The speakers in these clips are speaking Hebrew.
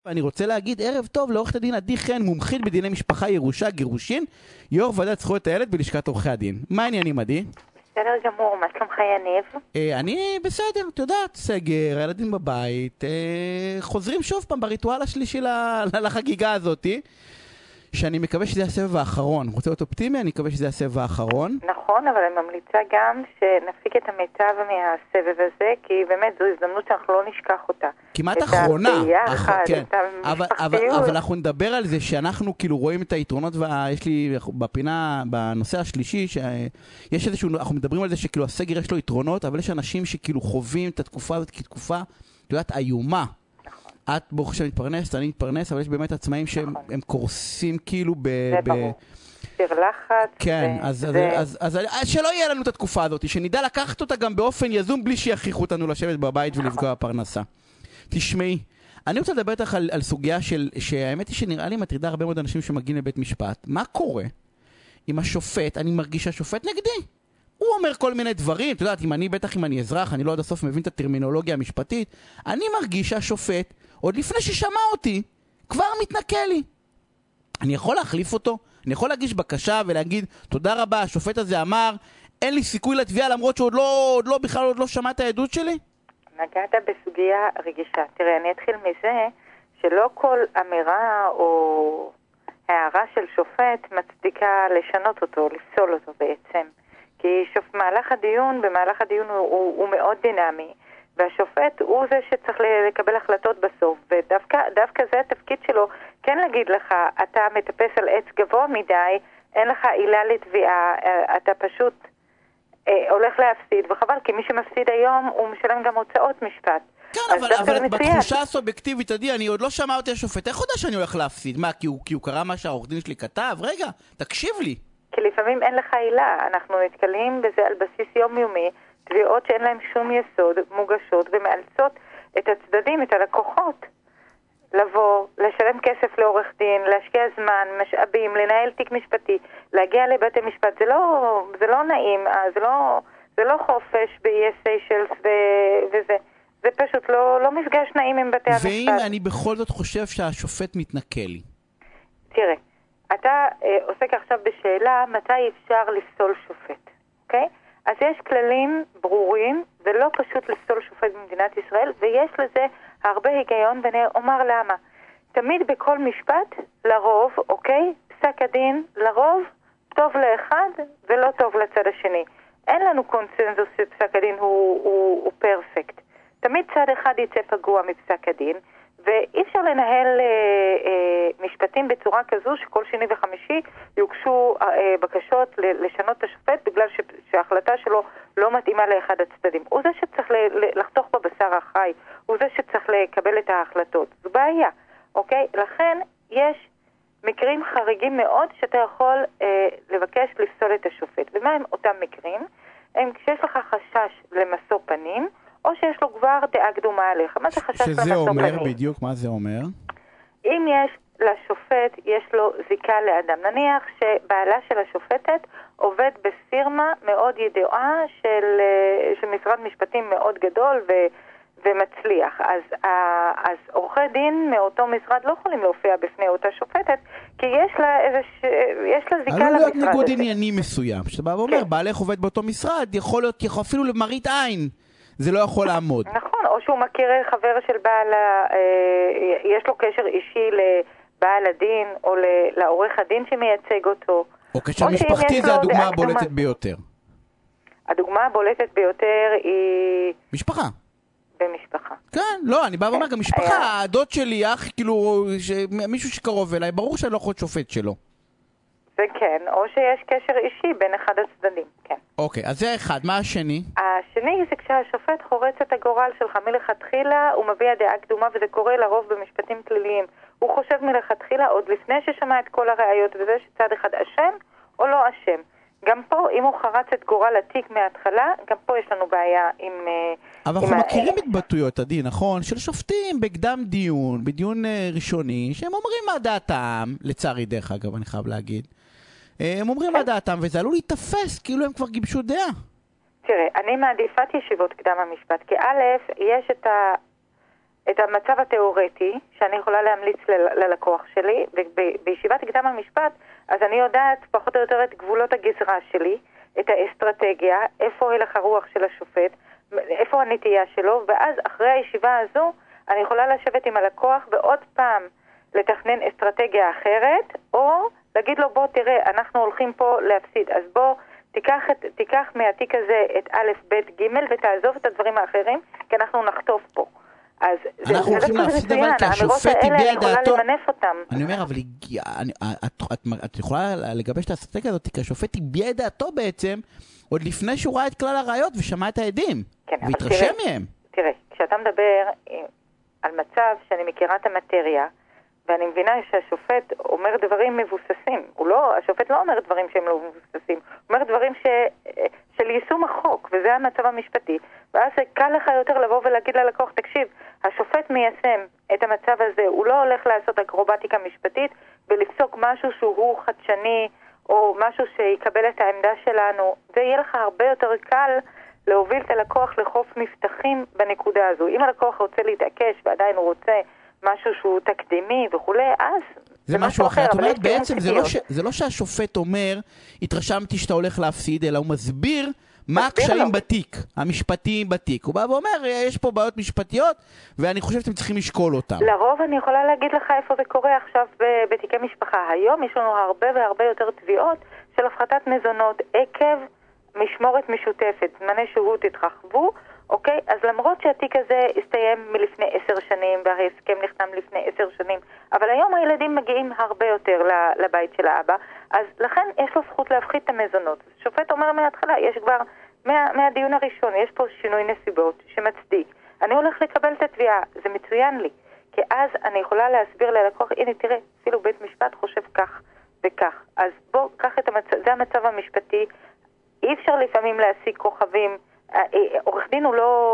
אני רוצה להגיד ערב טוב לעורכת הדין עדי חן, מומחית בדיני משפחה, ירושה, גירושין, יו"ר ועדת זכויות הילד בלשכת עורכי הדין. מה העניינים, עדי? בסדר גמור, מה שלומך יניב? אני בסדר, את יודעת, סגר, הילדים בבית, חוזרים שוב פעם בריטואל השלישי לחגיגה הזאת, שאני מקווה שזה הסבב האחרון. רוצה להיות אופטימי, אני מקווה שזה הסבב האחרון. נכון, אבל אני ממליצה גם שנפיק את המיטב מהסבב הזה, כי באמת זו הזדמנות שאנחנו לא נשכח אותה. כמעט אחרונה. כן. אבל אנחנו נדבר על זה שאנחנו כאילו רואים את היתרונות, ויש לי בפינה, בנושא השלישי, שיש איזשהו, אנחנו מדברים על זה שכאילו הסגר יש לו יתרונות, אבל יש אנשים שכאילו חווים את התקופה הזאת כתקופה, את יודעת, איומה. את ברוך השם מתפרנס, אני מתפרנס, אבל יש באמת עצמאים שהם קורסים כאילו לחץ. כן, אז שלא יהיה לנו את התקופה הזאת, שנדע לקחת אותה גם באופן יזום, בלי שיכריחו אותנו לשבת בבית ולפגוע בפרנסה. תשמעי, אני רוצה לדבר איתך על סוגיה שהאמת היא שנראה לי מטרידה הרבה מאוד אנשים שמגיעים לבית משפט. מה קורה אם השופט, אני מרגיש שהשופט נגדי? הוא אומר כל מיני דברים, אתה יודעת, אם אני אזרח, אני לא עד הסוף מבין את הטרמינולוגיה המשפטית, אני מרגיש שהשופט, עוד לפני ששמע אותי, כבר מתנקה לי. אני יכול להחליף אותו? אני יכול להגיש בקשה ולהגיד, תודה רבה, השופט הזה אמר, אין לי סיכוי לתביעה, למרות שהוא בכלל עוד לא שמע את העדות שלי? נגעת בסוגיה רגישה. תראה, אני אתחיל מזה שלא כל אמירה או הערה של שופט מצדיקה לשנות אותו, לפסול אותו בעצם. כי במהלך הדיון הוא מאוד דינמי, והשופט הוא זה שצריך לקבל החלטות בסוף, ודווקא זה התפקיד שלו, כן להגיד לך, אתה מטפס על עץ גבוה מדי, אין לך עילה לתביעה, אתה פשוט הולך להפסיד, וחבל, כי מי שמפסיד היום הוא משלם גם הוצאות משפט. כן, אבל בתחושה הסובייקטיבית, עדי, אני עוד לא שמע אותי השופט, איך יודע שאני הולך להפסיד? מה, כי הוא קרא מה שהעורך דין שלי כתב? רגע, תקשיב לי. כי לפעמים אין לך עילה, אנחנו נתקלים בזה על בסיס יומיומי, תביעות שאין להם שום יסוד, מוגשות ומאלצות את הצדדים, את הלקוחות, לבוא, לשלם כסף לעורך דין, להשקיע זמן, משאבים, לנהל תיק משפטי, להגיע לבית המשפט. זה לא נעים, זה לא חופש באיי סיישלס וזה. זה פשוט לא מפגש נעים עם בתי המשפט. ואם אני בכל זאת חושב שהשופט מתנקה לי? תראה, אתה עוסק עכשיו בשאלה מתי אפשר לפסול שופט, אוקיי? אז יש כללים ברורים, זה לא פשוט לפסול שופט במדינת ישראל, ויש לזה הרבה היגיון, ואני אומר למה. תמיד בכל משפט, לרוב, אוקיי? פסק הדין, לרוב, טוב לאחד ולא טוב לצד השני. אין לנו קונסנזוס שפסק הדין הוא פרפקט. תמיד צד אחד יצא פגוע מפסק הדין, ואי אפשר לנהל משפטים בצורה כזו שכל שני וחמישי יוגשו בקשות לשנות את השופט בגלל שההחלטה שלו לא מתאימה לאחד הצדדים. הוא זה שצריך לחתוך בבשר החי, הוא זה שצריך לקבל את ההחלטות. זו בעיה, אוקיי? לכן יש מקרים חריגים מאוד שאתה יכול לבקש לפסול את השופט. ומה הם אותם מקרים? הם כשיש לך חשש למשוא פנים, או שיש לו כבר דעה קדומה עליך. מה זה חשש למשוא פנים? שזה אומר בדיוק, מה זה אומר? אם יש לשופט, יש לו זיקה לאדם. נניח שבעלה של השופטת עובד בפירמה מאוד ידועה של משרד משפטים מאוד גדול ומצליח. אז עורכי דין מאותו משרד לא יכולים להופיע בפני אותה שופטת, כי יש לה זיקה למשרד הזה. עלול להיות ניגוד ענייני מסוים. שאתה בא ואומר, בעלך עובד באותו משרד, יכול להיות אפילו למראית עין. זה לא יכול לעמוד. נכון, או שהוא מכיר חבר של יש לו קשר אישי לבעל הדין, או לעורך הדין שמייצג אותו. או קשר משפחתי זה הדוגמה הבולטת ביותר. הדוגמה הבולטת ביותר היא... משפחה. במשפחה. כן, לא, אני בא ואומר, גם משפחה, הדוד שלי, אח, כאילו, מישהו שקרוב אליי, ברור שאני לא יכול להיות שופט שלו. זה כן, או שיש קשר אישי בין אחד הצדדים, כן. אוקיי, אז זה אחד. מה השני? השני זה כשהשופט חורץ את הגורל שלך מלכתחילה, הוא מביע דעה קדומה, וזה קורה לרוב במשפטים כלליים. הוא חושב מלכתחילה, עוד לפני ששמע את כל הראיות, וזה שצד אחד אשם או לא אשם. גם פה, אם הוא חרץ את גורל התיק מההתחלה, גם פה יש לנו בעיה עם... אבל אנחנו מכירים התבטאויות, עדי, נכון? של שופטים בקדם דיון, בדיון ראשוני, שהם אומרים מה דעתם, לצערי דרך אגב, אני חייב להגיד. הם אומרים מה דעתם, וזה עלול להתאפס, כאילו הם כבר גיבשו דעה. תראה, אני מעדיפת ישיבות קדם המשפט, כי א', יש את את המצב התיאורטי שאני יכולה להמליץ ללקוח שלי, ובישיבת קדם המשפט, אז אני יודעת פחות או יותר את גבולות הגזרה שלי, את האסטרטגיה, איפה הלך הרוח של השופט, איפה הנטייה שלו, ואז אחרי הישיבה הזו אני יכולה לשבת עם הלקוח ועוד פעם לתכנן אסטרטגיה אחרת, או להגיד לו בוא תראה, אנחנו הולכים פה להפסיד, אז בוא תיקח מהתיק הזה את א', ב', ג' ותעזוב את הדברים האחרים, כי אנחנו נחטוף פה. אז אנחנו הולכים להפסיד אבל כי השופט הביע דעתו. אני אומר, אבל את יכולה לגבש את האסטרטגיה הזאת, כי השופט הביע דעתו בעצם עוד לפני שהוא ראה את כלל הראיות ושמע את העדים, והתרשם מהם. תראה, כשאתה מדבר על מצב שאני מכירה את המטריה, ואני מבינה שהשופט אומר דברים מבוססים. השופט לא אומר דברים שהם לא מבוססים. הוא אומר דברים של יישום החוק, וזה המצב המשפטי. ואז זה קל לך יותר לבוא ולהגיד ללקוח, תקשיב, השופט מיישם את המצב הזה, הוא לא הולך לעשות אקרובטיקה משפטית, ולפסוק משהו שהוא חדשני, או משהו שיקבל את העמדה שלנו. זה יהיה לך הרבה יותר קל להוביל את הלקוח לחוף מבטחים בנקודה הזו. אם הלקוח רוצה להתעקש ועדיין הוא רוצה משהו שהוא תקדימי וכולי, אז זה משהו אחר. את אומרת, בעצם זה לא שהשופט אומר, התרשמתי שאתה הולך להפסיד, אלא הוא מסביר מה הקשיים בתיק, המשפטיים בתיק. הוא בא ואומר, יש פה בעיות משפטיות, ואני חושב שאתם צריכים לשקול אותם. לרוב אני יכולה להגיד לך איפה זה קורה עכשיו בתיקי משפחה. היום יש לנו הרבה והרבה יותר תביעות של הפחתת מזונות עקב משמורת משותפת, זמני שהות התרחבו, אוקיי? אז למרות שהתיק הזה הסתיים מלפני 10 שנים, וההסכם נחתם לפני 10 שנים, אבל היום הילדים מגיעים הרבה יותר לבית של האבא, אז לכן יש לו זכות להפחית את המזונות. השופט אומר מההתחלה, יש כבר, מהדיון הראשון, יש פה שינוי נסיבות שמצדיק. אני הולך לקבל את התביעה, זה מצוין לי, כי אז אני יכולה להסביר ללקוח, הנה תראה, אפילו בית משפט חושב כך וכך. אז בוא, קח את המצב, זה המצב המשפטי, אי אפשר לפעמים להשיג כוכבים, עורך דין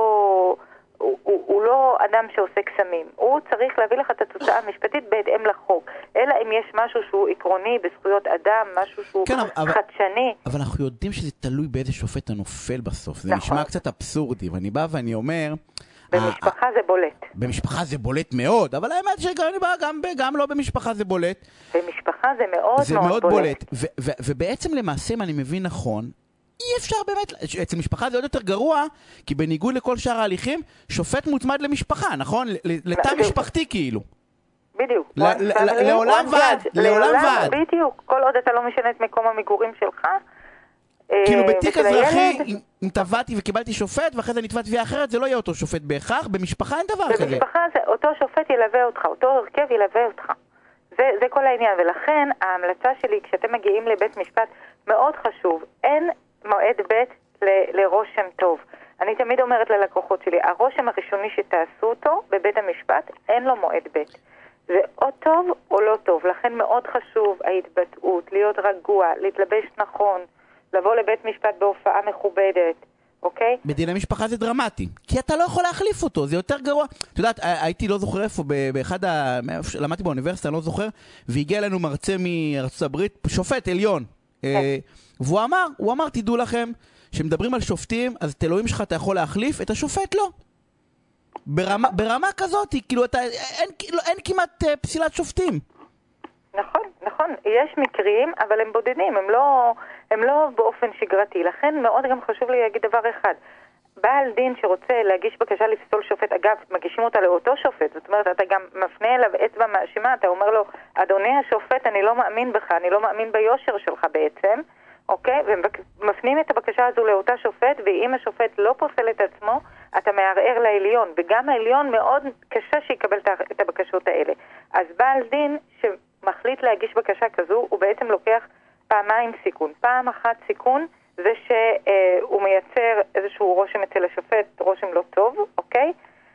הוא לא אדם שעושה קסמים. הוא צריך להביא לך את התוצאה המשפטית בהתאם לחוק. אלא אם יש משהו שהוא עקרוני בזכויות אדם, משהו שהוא חדשני. אבל אנחנו יודעים שזה תלוי באיזה שופט הנופל בסוף. זה נשמע קצת אבסורדי. ואני בא ואני אומר... במשפחה זה בולט. במשפחה זה בולט מאוד, אבל האמת שגם לא במשפחה זה בולט. במשפחה זה מאוד בולט. ובעצם למעשה, אם אני מבין נכון, אי אפשר באמת, אצל משפחה זה עוד יותר גרוע, כי בניגוד לכל שאר ההליכים, שופט מוצמד למשפחה, נכון? לתא משפחתי כאילו. בדיוק. לעולם ועד. בדיוק. כל עוד אתה לא משנה את מקום המגורים שלך. כאילו בתיק אזרחי, אם תבעתי וקיבלתי שופט, ואחרי זה נתבע תביעה אחרת, זה לא יהיה אותו שופט בהכרח. במשפחה אין דבר כזה. במשפחה אותו שופט ילווה אותך, אותו הרכב ילווה אותך. זה כל העניין. ולכן ההמלצה שלי, כשאתם מגיעים לבית משפט, מאוד חשוב. אין מועד ב' לרושם טוב. אני תמיד אומרת ללקוחות שלי, הרושם הראשוני שתעשו אותו בבית המשפט, אין לו מועד ב'. זה או טוב או לא טוב. לכן מאוד חשוב ההתבטאות, להיות רגוע, להתלבש נכון, לבוא לבית משפט בהופעה מכובדת, אוקיי? בדיני משפחה זה דרמטי, כי אתה לא יכול להחליף אותו, זה יותר גרוע. את יודעת, הייתי לא זוכר איפה, למדתי באוניברסיטה, לא זוכר, והגיע לנו מרצה מארצות הברית, שופט עליון. והוא אמר, תדעו לכם, שמדברים על שופטים, אז את אלוהים שלך אתה יכול להחליף, את השופט לא. ברמה כזאת, כאילו, אין כמעט פסילת שופטים. נכון. יש מקרים, אבל הם בודדים, הם לא באופן שגרתי. לכן מאוד גם חשוב לי להגיד דבר אחד. בעל דין שרוצה להגיש בקשה לפסול שופט, אגב, מגישים אותה לאותו שופט, זאת אומרת, אתה גם מפנה אליו אצבע מאשימה, אתה אומר לו, אדוני השופט, אני לא מאמין בך, אני לא מאמין ביושר שלך בעצם, אוקיי? ומפנים את הבקשה הזו לאותה שופט, ואם השופט לא פוסל את עצמו, אתה מערער לעליון, וגם העליון מאוד קשה שיקבל את הבקשות האלה. אז בעל דין שמחליט להגיש בקשה כזו, הוא בעצם לוקח פעמיים סיכון. פעם אחת סיכון, זה שהוא מייצר איזשהו רושם אצל השופט, רושם לא טוב, אוקיי?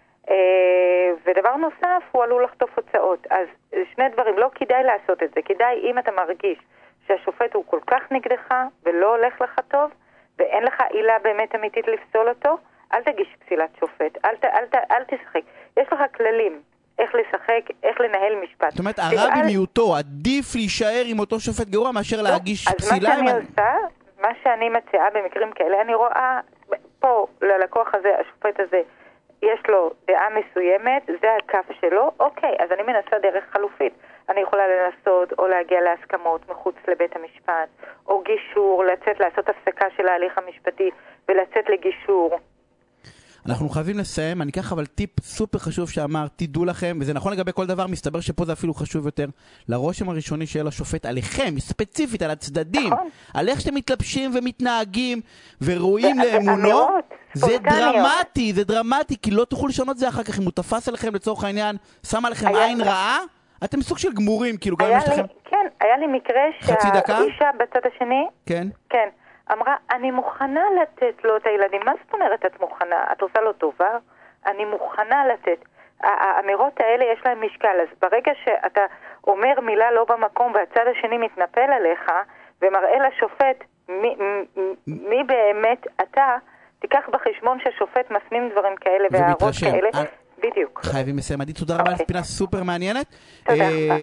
ודבר נוסף, הוא עלול לחטוף הוצאות. אז שני דברים, לא כדאי לעשות את זה. כדאי אם אתה מרגיש שהשופט הוא כל כך נגדך ולא הולך לך טוב, ואין לך עילה באמת אמיתית לפסול אותו, אל תגיש פסילת שופט, אל תשחק. יש לך כללים, איך לשחק, איך לנהל משפט. זאת אומרת, הרע במיעוטו, עדיף להישאר עם אותו שופט גרוע מאשר להגיש פסילה. אז מה שאני עושה, מה שאני מציעה במקרים כאלה, אני רואה פה ללקוח הזה, השופט הזה, יש לו דעה מסוימת, זה הקו שלו, אוקיי, אז אני מנסה דרך חלופית. אני יכולה לנסות או להגיע להסכמות מחוץ לבית המשפט, או גישור, לעשות הפסקה של ההליך המשפטי ולצאת לגישור. אנחנו חייבים לסיים, אני אקח אבל טיפ סופר חשוב שאמר, תדעו לכם, וזה נכון לגבי כל דבר, מסתבר שפה זה אפילו חשוב יותר, לרושם הראשוני שיהיה לשופט עליכם, ספציפית על הצדדים, נכון. על איך שאתם מתלבשים ומתנהגים וראויים לאמונו, זה דרמטי, זה דרמטי, כי לא תוכלו לשנות זה אחר כך, אם הוא תפס עליכם לצורך העניין, שם עליכם עין רעה, אתם סוג של גמורים, כאילו גם יש לכם... כן, היה לי מקרה שהאישה בצד השני, כן. כן. אמרה, אני מוכנה לתת לו את הילדים. מה זאת אומרת את מוכנה? את עושה לו טובה? אני מוכנה לתת. האמירות האלה יש להם משקל. אז ברגע שאתה אומר מילה לא במקום והצד השני מתנפל עליך ומראה לשופט מי באמת אתה, תיקח בחשבון שהשופט מסנים דברים כאלה והערות כאלה. בדיוק. חייבים לסיים. עדי, תודה רבה על ספינה סופר מעניינת. תודה רבה.